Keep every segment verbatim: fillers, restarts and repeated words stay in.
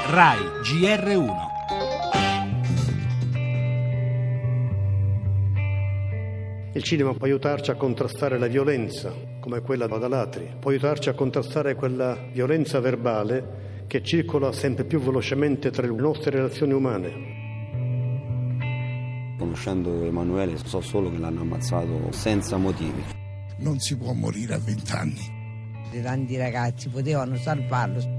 Rai G R uno. Il cinema può aiutarci a contrastare la violenza, come quella da ladri, può aiutarci a contrastare quella violenza verbale che circola sempre più velocemente tra le nostre relazioni umane. Conoscendo Emanuele so solo che l'hanno ammazzato senza motivi. Non si può morire a vent'anni. Tanti ragazzi potevano salvarlo.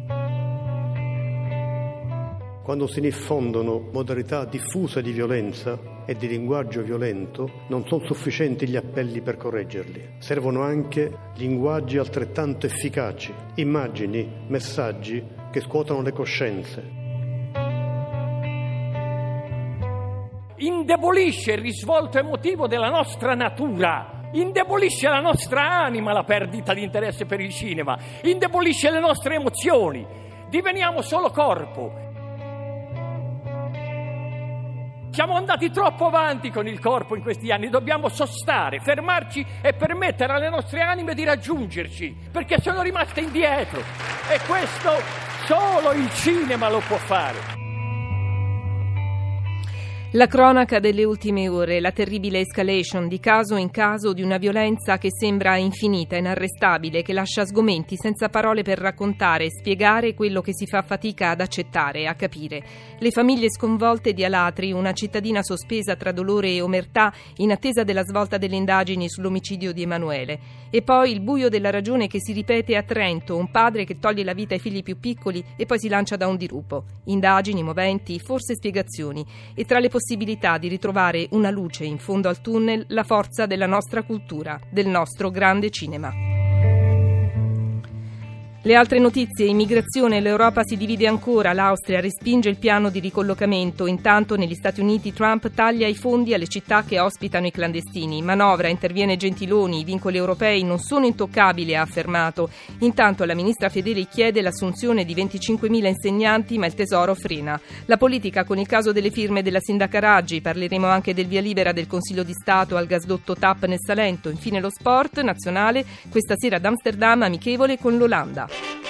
Quando si diffondono modalità diffuse di violenza e di linguaggio violento, non sono sufficienti gli appelli per correggerli. Servono anche linguaggi altrettanto efficaci, immagini, messaggi che scuotano le coscienze. Indebolisce il risvolto emotivo della nostra natura, indebolisce la nostra anima la perdita di interesse per il cinema, indebolisce le nostre emozioni, diveniamo solo corpo. Siamo andati troppo avanti con il corpo in questi anni, dobbiamo sostare, fermarci e permettere alle nostre anime di raggiungerci, perché sono rimaste indietro e questo solo il cinema lo può fare. La cronaca delle ultime ore, la terribile escalation di caso in caso di una violenza che sembra infinita, inarrestabile, che lascia sgomenti senza parole per raccontare e spiegare quello che si fa fatica ad accettare e a capire. Le famiglie sconvolte di Alatri, una cittadina sospesa tra dolore e omertà in attesa della svolta delle indagini sull'omicidio di Emanuele. E poi il buio della ragione che si ripete a Trento, un padre che toglie la vita ai figli più piccoli e poi si lancia da un dirupo. Indagini, moventi, forse spiegazioni e tra le possibilità di ritrovare una luce in fondo al tunnel, la forza della nostra cultura, del nostro grande cinema. Le altre notizie: immigrazione, l'Europa si divide ancora, l'Austria respinge il piano di ricollocamento, intanto negli Stati Uniti Trump taglia i fondi alle città che ospitano i clandestini, manovra, interviene Gentiloni, i vincoli europei non sono intoccabili, ha affermato, intanto la ministra Fedeli chiede l'assunzione di venticinquemila insegnanti ma il tesoro frena. La politica con il caso delle firme della sindaca Raggi, parleremo anche del via libera del Consiglio di Stato al gasdotto T A P nel Salento, infine lo sport nazionale, questa sera ad Amsterdam amichevole con l'Olanda.